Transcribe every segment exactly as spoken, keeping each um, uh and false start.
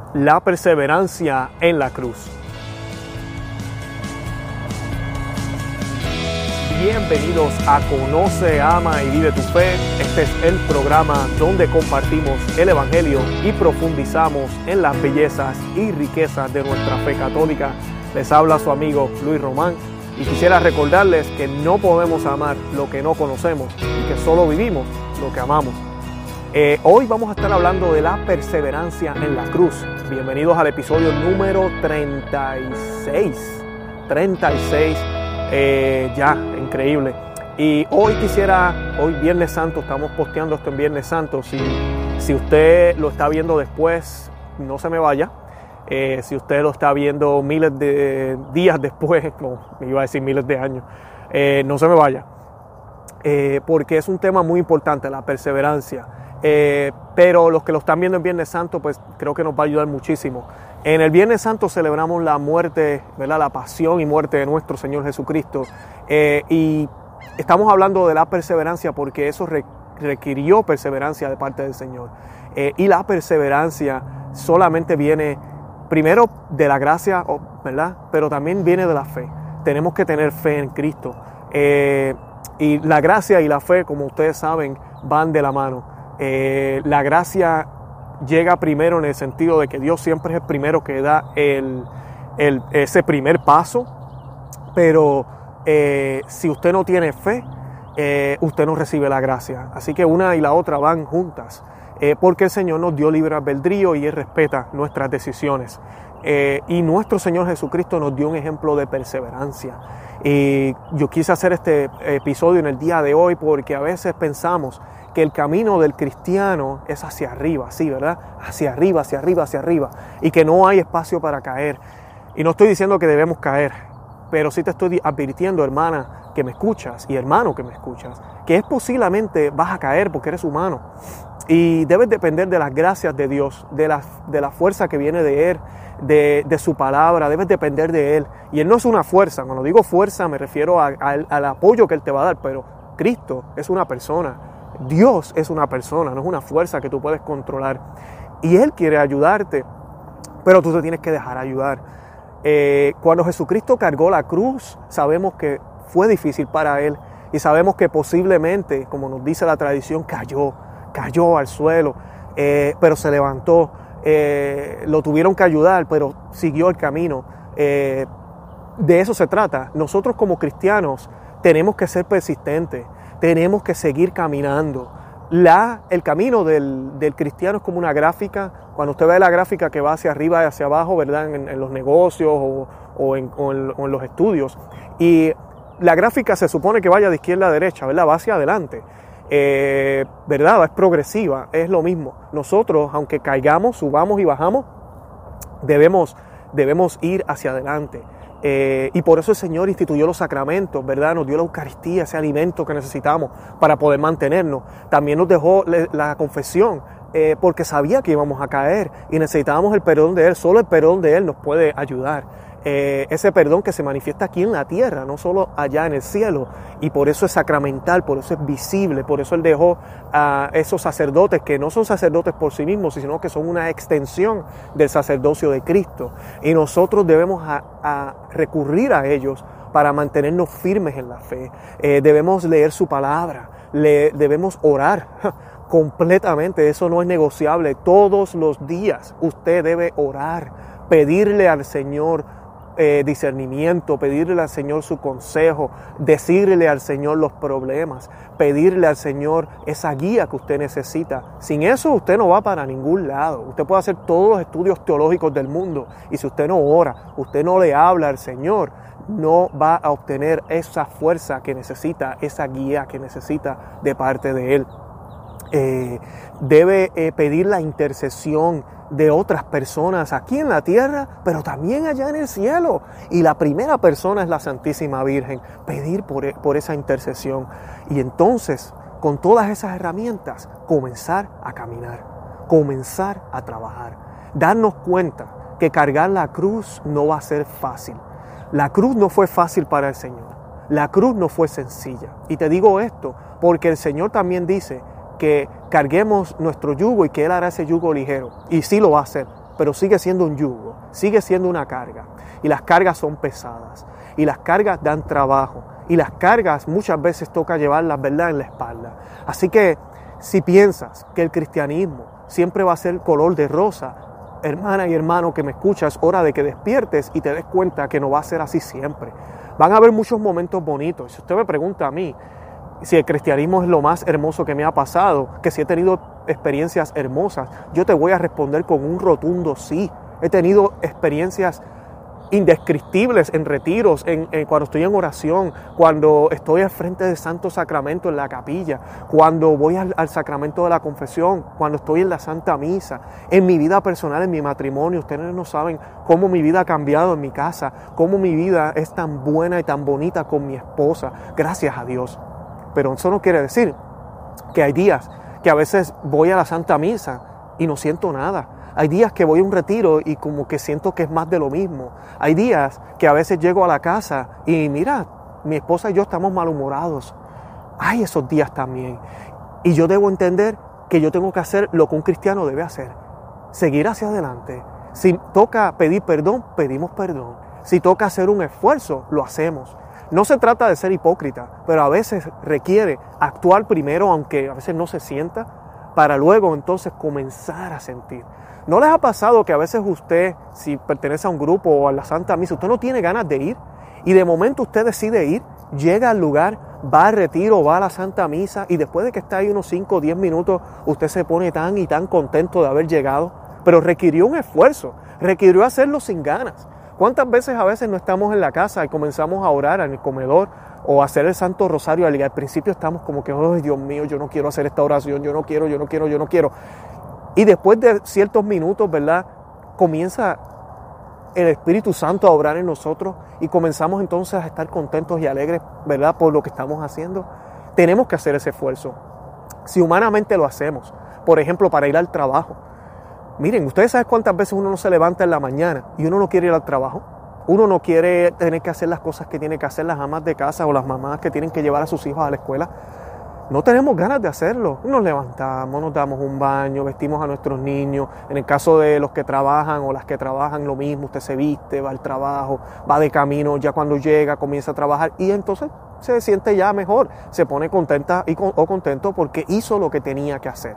la perseverancia en la cruz. Bienvenidos a Conoce, Ama y Vive tu Fe. Este es el programa donde compartimos el Evangelio y profundizamos en las bellezas y riquezas de nuestra fe católica. Les habla su amigo Luis Román y quisiera recordarles que no podemos amar lo que no conocemos y que solo vivimos lo que amamos. Eh, hoy vamos a estar hablando de la perseverancia en la cruz. Bienvenidos al episodio número treinta y seis. treinta y seis, eh, ya, increíble. Y hoy quisiera, hoy Viernes Santo, estamos posteando esto en Viernes Santo. Si, si usted lo está viendo después, no se me vaya. Eh, si usted lo está viendo miles de días después, no, me iba a decir miles de años, eh, no se me vaya. Eh, porque es un tema muy importante, la perseverancia. Eh, pero los que lo están viendo en Viernes Santo, pues creo que nos va a ayudar muchísimo. En el Viernes Santo celebramos la muerte, ¿verdad? La pasión y muerte de nuestro Señor Jesucristo. Eh, y estamos hablando de la perseverancia porque eso re- requirió perseverancia de parte del Señor. Eh, y la perseverancia solamente viene primero de la gracia, ¿verdad? Pero también viene de la fe. Tenemos que tener fe en Cristo. Eh, y la gracia y la fe, como ustedes saben, van de la mano. Eh, la gracia llega primero en el sentido de que Dios siempre es el primero que da el, el, ese primer paso, pero eh, si usted no tiene fe, eh, usted no recibe la gracia. Así que una y la otra van juntas, eh, porque el Señor nos dio libre albedrío y Él respeta nuestras decisiones. Eh, y nuestro Señor Jesucristo nos dio un ejemplo de perseverancia. Y yo quise hacer este episodio en el día de hoy porque a veces pensamos que el camino del cristiano es hacia arriba, sí, ¿verdad? Hacia arriba, hacia arriba, hacia arriba, y que no hay espacio para caer. Y no estoy diciendo que debemos caer, pero sí te estoy advirtiendo, hermana, que me escuchas, y hermano que me escuchas, que es posiblemente vas a caer porque eres humano. Y debes depender de las gracias de Dios, de la, de la fuerza que viene de Él, de, de su palabra, debes depender de Él. Y Él no es una fuerza, cuando digo fuerza me refiero a, a, al apoyo que Él te va a dar, pero Cristo es una persona. Dios es una persona, no es una fuerza que tú puedes controlar. Y Él quiere ayudarte, pero tú te tienes que dejar ayudar. Eh, cuando Jesucristo cargó la cruz, sabemos que fue difícil para Él. Y sabemos que posiblemente, como nos dice la tradición, cayó, cayó al suelo, eh, pero se levantó. Eh, lo tuvieron que ayudar, pero siguió el camino. Eh, de eso se trata. Nosotros como cristianos tenemos que ser persistentes. Tenemos que seguir caminando. La, el camino del, del cristiano es como una gráfica. Cuando usted ve la gráfica que va hacia arriba y hacia abajo, ¿verdad? En, en los negocios o, o, en, o, en, o en los estudios. Y la gráfica se supone que vaya de izquierda a derecha, ¿verdad? Va hacia adelante. Eh, ¿Verdad? Es progresiva, es lo mismo. Nosotros, aunque caigamos, subamos y bajamos, debemos, debemos ir hacia adelante. Eh, y por eso el Señor instituyó los sacramentos, ¿verdad? Nos dio la Eucaristía, ese alimento que necesitamos para poder mantenernos. También nos dejó la confesión, eh, porque sabía que íbamos a caer y necesitábamos el perdón de Él. Solo el perdón de Él nos puede ayudar. Eh, ese perdón que se manifiesta aquí en la tierra, no solo allá en el cielo. Y por eso es sacramental, por eso es visible, por eso Él dejó a esos sacerdotes que no son sacerdotes por sí mismos, sino que son una extensión del sacerdocio de Cristo. Y nosotros debemos a, a recurrir a ellos para mantenernos firmes en la fe. Eh, debemos leer su palabra, le, debemos orar completamente, eso no es negociable. Todos los días usted debe orar, pedirle al Señor Eh, discernimiento, pedirle al Señor su consejo, decirle al Señor los problemas, pedirle al Señor esa guía que usted necesita. Sin eso usted no va para ningún lado. Usted puede hacer todos los estudios teológicos del mundo y si usted no ora, usted no le habla al Señor, no va a obtener esa fuerza que necesita, esa guía que necesita de parte de Él. Eh, debe eh, pedir la intercesión de otras personas aquí en la tierra, pero también allá en el cielo. Y la primera persona es la Santísima Virgen. Pedir por, por esa intercesión. Y entonces, con todas esas herramientas, comenzar a caminar, comenzar a trabajar. Darnos cuenta que cargar la cruz no va a ser fácil. La cruz no fue fácil para el Señor. La cruz no fue sencilla. Y te digo esto porque el Señor también dice que carguemos nuestro yugo y que Él hará ese yugo ligero. Y sí lo va a hacer. pero sigue siendo un yugo, sigue siendo una carga. Y las cargas son pesadas, y las cargas dan trabajo, y las cargas muchas veces toca llevarlas, ¿verdad?, en la espalda. Así que si piensas que el cristianismo siempre va a ser color de rosa, hermana y hermano que me escuchas, es hora de que despiertes y te des cuenta que no va a ser así siempre. Van a haber muchos momentos bonitos. Si usted me pregunta a mí si el cristianismo es lo más hermoso que me ha pasado, que si he tenido experiencias hermosas, yo te voy a responder con un rotundo sí. He tenido experiencias indescriptibles en retiros, en, en, cuando estoy en oración, cuando estoy al frente del Santo Sacramento en la capilla, cuando voy al, al sacramento de la confesión, cuando estoy en la Santa Misa, en mi vida personal, en mi matrimonio. Ustedes no saben cómo mi vida ha cambiado en mi casa, cómo mi vida es tan buena y tan bonita con mi esposa, gracias a Dios. Pero eso no quiere decir que hay días que a veces voy a la Santa Misa y no siento nada. Hay días que voy a un retiro y como que siento que es más de lo mismo. Hay días que a veces llego a la casa y mira, mi esposa y yo estamos malhumorados. Hay esos días también. Y yo debo entender que yo tengo que hacer lo que un cristiano debe hacer. Seguir hacia adelante. Si toca pedir perdón, pedimos perdón. Si toca hacer un esfuerzo, lo hacemos. No se trata de ser hipócrita, pero a veces requiere actuar primero, aunque a veces no se sienta, para luego entonces comenzar a sentir. ¿No les ha pasado que a veces usted, si pertenece a un grupo o a la Santa Misa, usted no tiene ganas de ir y de momento usted decide ir, llega al lugar, va al retiro, va a la Santa Misa y después de que está ahí unos cinco o diez minutos, usted se pone tan y tan contento de haber llegado? Pero requirió un esfuerzo, requirió hacerlo sin ganas. ¿Cuántas veces a veces no estamos en la casa y comenzamos a orar en el comedor o a hacer el Santo Rosario? Al, al principio estamos como que, ¡ay, Dios mío, yo no quiero hacer esta oración, yo no quiero, yo no quiero, yo no quiero! Y después de ciertos minutos, ¿verdad?, comienza el Espíritu Santo a obrar en nosotros y comenzamos entonces a estar contentos y alegres, ¿verdad?, por lo que estamos haciendo. Tenemos que hacer ese esfuerzo. Si humanamente lo hacemos, por ejemplo, para ir al trabajo. Miren, ¿ustedes saben cuántas veces uno no se levanta en la mañana y uno no quiere ir al trabajo? Uno no quiere tener que hacer las cosas que tiene que hacer las amas de casa o las mamás que tienen que llevar a sus hijos a la escuela. No tenemos ganas de hacerlo. Nos levantamos, nos damos un baño, vestimos a nuestros niños. En el caso de los que trabajan o las que trabajan, lo mismo. Usted se viste, va al trabajo, va de camino, ya cuando llega comienza a trabajar y entonces se siente ya mejor. Se pone contenta y con, o contento porque hizo lo que tenía que hacer.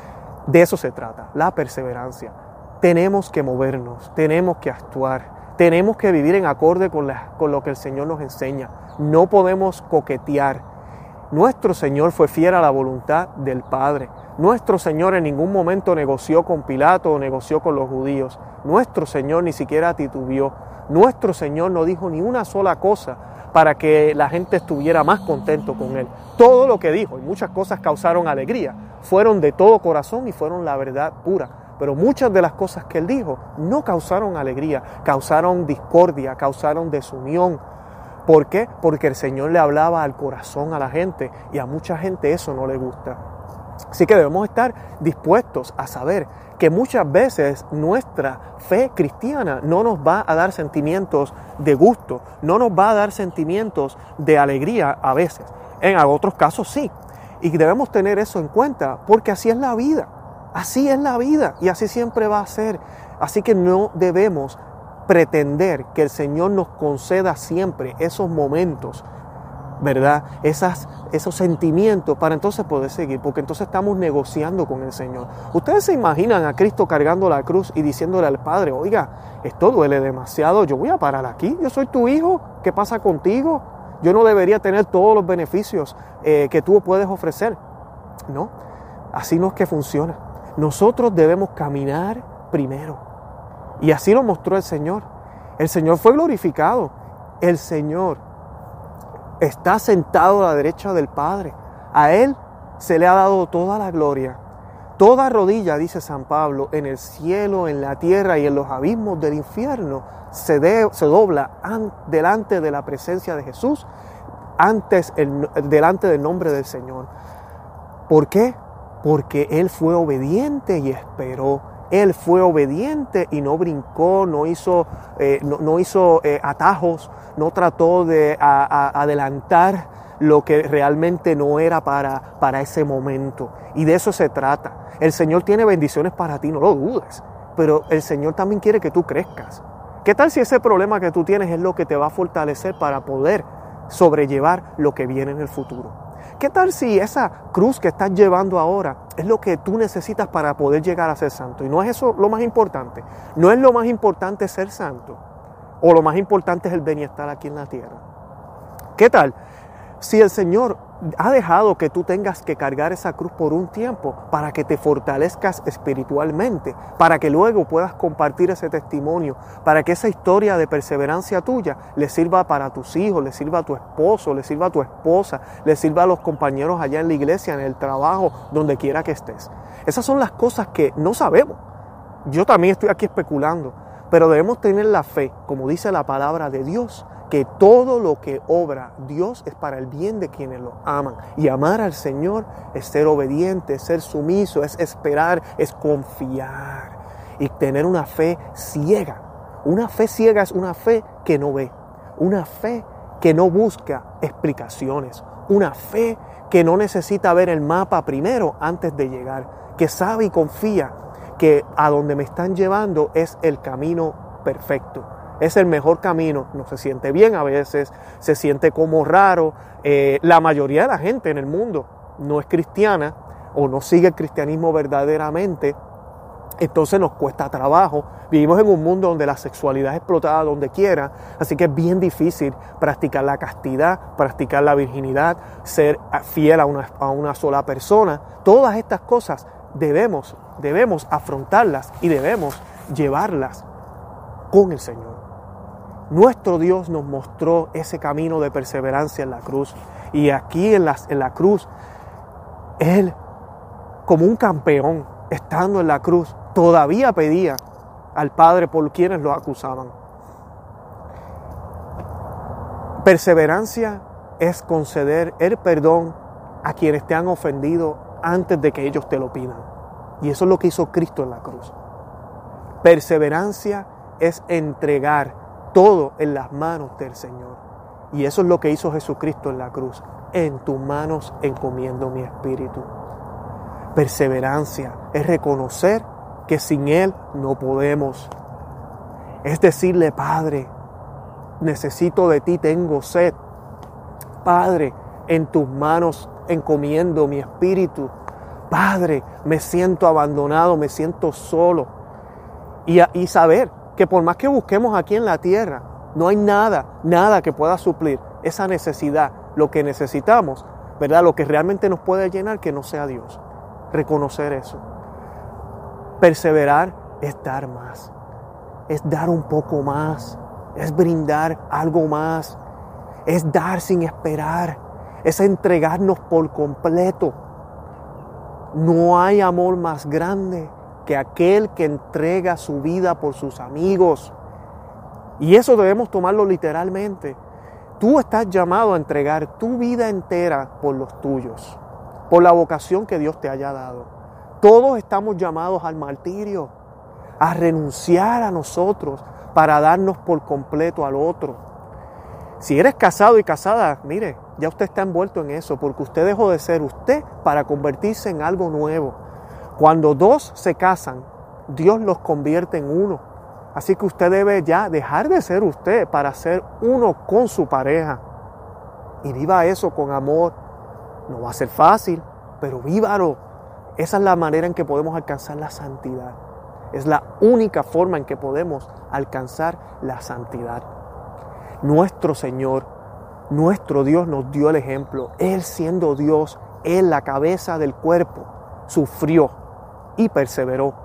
De eso se trata, la perseverancia. Tenemos que movernos, tenemos que actuar, tenemos que vivir en acorde con, la, con lo que el Señor nos enseña. No podemos coquetear. Nuestro Señor fue fiel a la voluntad del Padre. Nuestro Señor en ningún momento negoció con Pilato o negoció con los judíos. Nuestro Señor ni siquiera titubeó. Nuestro Señor no dijo ni una sola cosa para que la gente estuviera más contento con Él. Todo lo que dijo, y muchas cosas causaron alegría, fueron de todo corazón y fueron la verdad pura. Pero muchas de las cosas que Él dijo no causaron alegría, causaron discordia, causaron desunión. ¿Por qué? Porque el Señor le hablaba al corazón a la gente y a mucha gente eso no le gusta. Así que debemos estar dispuestos a saber que muchas veces nuestra fe cristiana no nos va a dar sentimientos de gusto, no nos va a dar sentimientos de alegría a veces. En otros casos sí. Y debemos tener eso en cuenta porque así es la vida. Así es la vida y así siempre va a ser. Así que no debemos pretender que el Señor nos conceda siempre esos momentos, ¿verdad? Esas, esos sentimientos para entonces poder seguir, porque entonces estamos negociando con el Señor. Ustedes se imaginan a Cristo cargando la cruz y diciéndole al Padre, oiga, esto duele demasiado, yo voy a parar aquí, yo soy tu hijo, ¿qué pasa contigo? Yo no debería tener todos los beneficios eh, que tú puedes ofrecer. No, así no es que funciona. Nosotros debemos caminar primero. Y así lo mostró el Señor. El Señor fue glorificado. El Señor está sentado a la derecha del Padre. A Él se le ha dado toda la gloria. Toda rodilla, dice San Pablo, en el cielo, en la tierra y en los abismos del infierno, se, de, se dobla an, delante de la presencia de Jesús, antes el, delante del nombre del Señor. ¿Por qué? Porque Él fue obediente y esperó. Él fue obediente y no brincó, no hizo, eh, no, no hizo eh, atajos, no trató de a, a, adelantar lo que realmente no era para, para ese momento. Y de eso se trata. El Señor tiene bendiciones para ti, no lo dudes. pero el Señor también quiere que tú crezcas. ¿Qué tal si ese problema que tú tienes es lo que te va a fortalecer para poder sobrellevar lo que viene en el futuro? ¿Qué tal si esa cruz que estás llevando ahora es lo que tú necesitas para poder llegar a ser santo? Y no es eso lo más importante. No es lo más importante ser santo. O lo más importante es el bienestar aquí en la tierra. ¿Qué tal si el Señor ha dejado que tú tengas que cargar esa cruz por un tiempo para que te fortalezcas espiritualmente, para que luego puedas compartir ese testimonio, para que esa historia de perseverancia tuya le sirva para tus hijos, le sirva a tu esposo, le sirva a tu esposa, le sirva a los compañeros allá en la iglesia, en el trabajo, donde quiera que estés? Esas son las cosas que no sabemos. Yo también estoy aquí especulando, pero debemos tener la fe, como dice la palabra de Dios, que todo lo que obra Dios es para el bien de quienes lo aman. Y amar al Señor es ser obediente, es ser sumiso, es esperar, es confiar y tener una fe ciega. Una fe ciega es una fe que no ve, una fe que no busca explicaciones, una fe que no necesita ver el mapa primero antes de llegar, que sabe y confía que a donde me están llevando es el camino perfecto. Es el mejor camino. No se siente bien a veces, se siente como raro. Eh, la mayoría de la gente en el mundo no es cristiana o no sigue el cristianismo verdaderamente. Entonces nos cuesta trabajo. Vivimos en un mundo donde la sexualidad es explotada donde quiera. Así que es bien difícil practicar la castidad, practicar la virginidad, ser fiel a una, a una sola persona. Todas estas cosas debemos, debemos afrontarlas y debemos llevarlas con el Señor. Nuestro Dios nos mostró ese camino de perseverancia en la cruz. Y aquí en la, en la cruz, Él, como un campeón, estando en la cruz, todavía pedía al Padre por quienes lo acusaban. Perseverancia es conceder el perdón a quienes te han ofendido antes de que ellos te lo pidan. Y eso es lo que hizo Cristo en la cruz. Perseverancia es entregar todo en las manos del Señor. Y eso es lo que hizo Jesucristo en la cruz. En tus manos encomiendo mi espíritu. Perseverancia es reconocer que sin Él no podemos. Es decirle, Padre, necesito de ti, tengo sed. Padre, en tus manos encomiendo mi espíritu. Padre, me siento abandonado, me siento solo. Y, y saber que por más que busquemos aquí en la tierra, no hay nada, nada que pueda suplir esa necesidad, lo que necesitamos, ¿verdad? Lo que realmente nos puede llenar, que no sea Dios. Reconocer eso. Perseverar es dar más, es dar un poco más, es brindar algo más, es dar sin esperar, es entregarnos por completo. No hay amor más grande que aquel que entrega su vida por sus amigos. Y eso debemos tomarlo literalmente. Tú estás llamado a entregar tu vida entera por los tuyos, por la vocación que Dios te haya dado. Todos estamos llamados al martirio, a renunciar a nosotros para darnos por completo al otro. Si eres casado y casada, mire, ya usted está envuelto en eso, porque usted dejó de ser usted para convertirse en algo nuevo. Cuando dos se casan, Dios los convierte en uno. Así que usted debe ya dejar de ser usted para ser uno con su pareja. Y viva eso con amor. No va a ser fácil, pero vívalo. Esa es la manera en que podemos alcanzar la santidad. Es la única forma en que podemos alcanzar la santidad. Nuestro Señor, nuestro Dios nos dio el ejemplo. Él siendo Dios, Él la cabeza del cuerpo, sufrió y perseveró.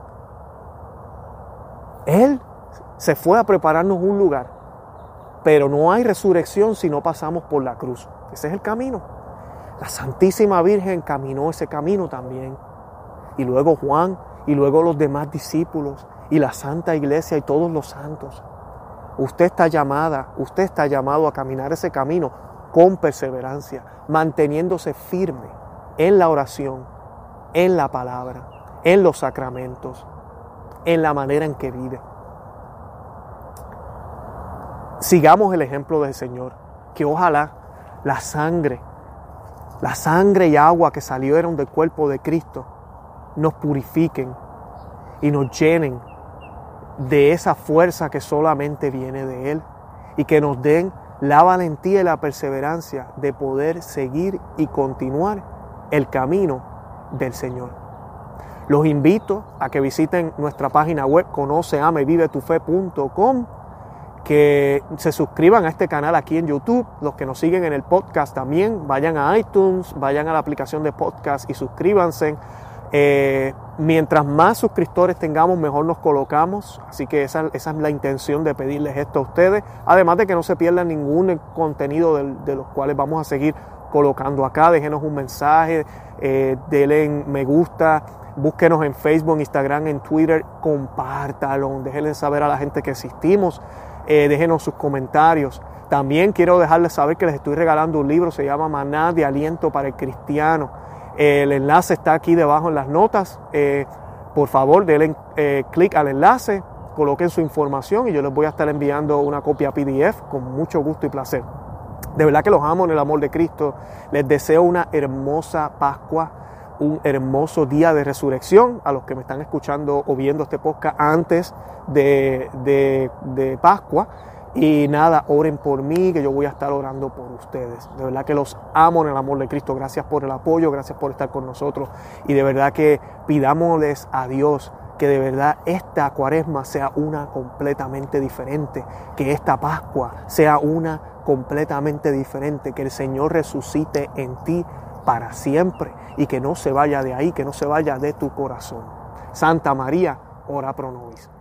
Él se fue a prepararnos un lugar, pero no hay resurrección si no pasamos por la cruz. Ese es el camino. La Santísima Virgen caminó ese camino también. Y luego Juan, y luego los demás discípulos, y la Santa Iglesia y todos los santos. Usted está llamada, usted está llamado a caminar ese camino con perseverancia, manteniéndose firme en la oración, en la palabra, en los sacramentos, en la manera en que vive. Sigamos el ejemplo del Señor, que ojalá la sangre, la sangre y agua que salieron del cuerpo de Cristo nos purifiquen y nos llenen de esa fuerza que solamente viene de Él y que nos den la valentía y la perseverancia de poder seguir y continuar el camino del Señor. Los invito a que visiten nuestra página web conoce ama y vive tu fe punto com, que se suscriban a este canal aquí en YouTube, los que nos siguen en el podcast también, vayan a iTunes, vayan a la aplicación de podcast y suscríbanse. Eh, mientras más suscriptores tengamos, mejor nos colocamos, así que esa, esa es la intención de pedirles esto a ustedes, además de que no se pierdan ningún contenido de, de los cuales vamos a seguir colocando acá. Déjenos un mensaje, eh, denle me gusta, búsquenos en Facebook, Instagram, en Twitter, compártalo, déjenle saber a la gente que existimos, eh, déjenos sus comentarios. También quiero dejarles saber que les estoy regalando un libro, se llama Maná de Aliento para el Cristiano. El enlace está aquí debajo en las notas. Eh, por favor, denle eh, clic al enlace, coloquen su información y yo les voy a estar enviando una copia P D F con mucho gusto y placer. De verdad que los amo en el amor de Cristo. Les deseo una hermosa Pascua, un hermoso día de resurrección. A los que me están escuchando o viendo este podcast antes de, de, de Pascua. Y nada, oren por mí, que yo voy a estar orando por ustedes. De verdad que los amo en el amor de Cristo. Gracias por el apoyo, gracias por estar con nosotros. Y de verdad que pidámosles a Dios que de verdad esta cuaresma sea una completamente diferente. Que esta Pascua sea una completamente diferente. Que el Señor resucite en ti para siempre. Y que no se vaya de ahí, que no se vaya de tu corazón. Santa María, ora pro nobis.